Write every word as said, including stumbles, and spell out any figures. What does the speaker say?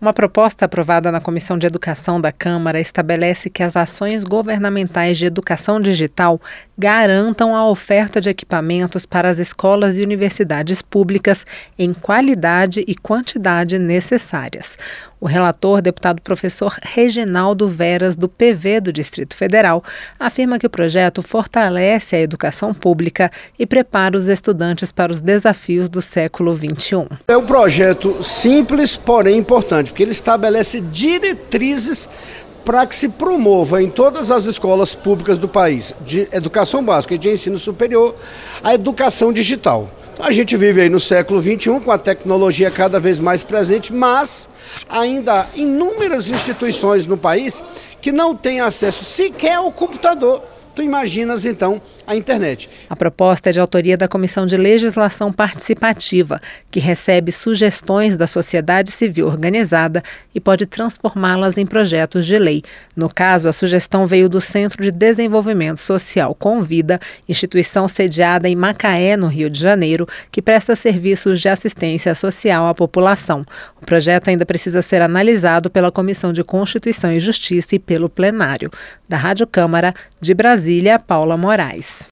Uma proposta aprovada na Comissão de Educação da Câmara estabelece que as ações governamentais de educação digital garantam a oferta de equipamentos para as escolas e universidades públicas em qualidade e quantidade necessárias. O relator, deputado professor Reginaldo Veras, do P V do Distrito Federal, afirma que o projeto fortalece a educação pública e prepara os estudantes para os desafios do século vinte e um. É um projeto simples, porém importante, porque ele estabelece diretrizes para que se promova em todas as escolas públicas do país, de educação básica e de ensino superior, a educação digital. A gente vive aí no século vinte e um com a tecnologia cada vez mais presente, mas ainda há inúmeras instituições no país que não têm acesso sequer ao computador. Tu imaginas, então, a internet. A proposta é de autoria da Comissão de Legislação Participativa, que recebe sugestões da sociedade civil organizada e pode transformá-las em projetos de lei. No caso, a sugestão veio do Centro de Desenvolvimento Social Convida, instituição sediada em Macaé, no Rio de Janeiro, que presta serviços de assistência social à população. O projeto ainda precisa ser analisado pela Comissão de Constituição e Justiça e pelo plenário. Da Rádio Câmara, de Brasília, Paula Moraes.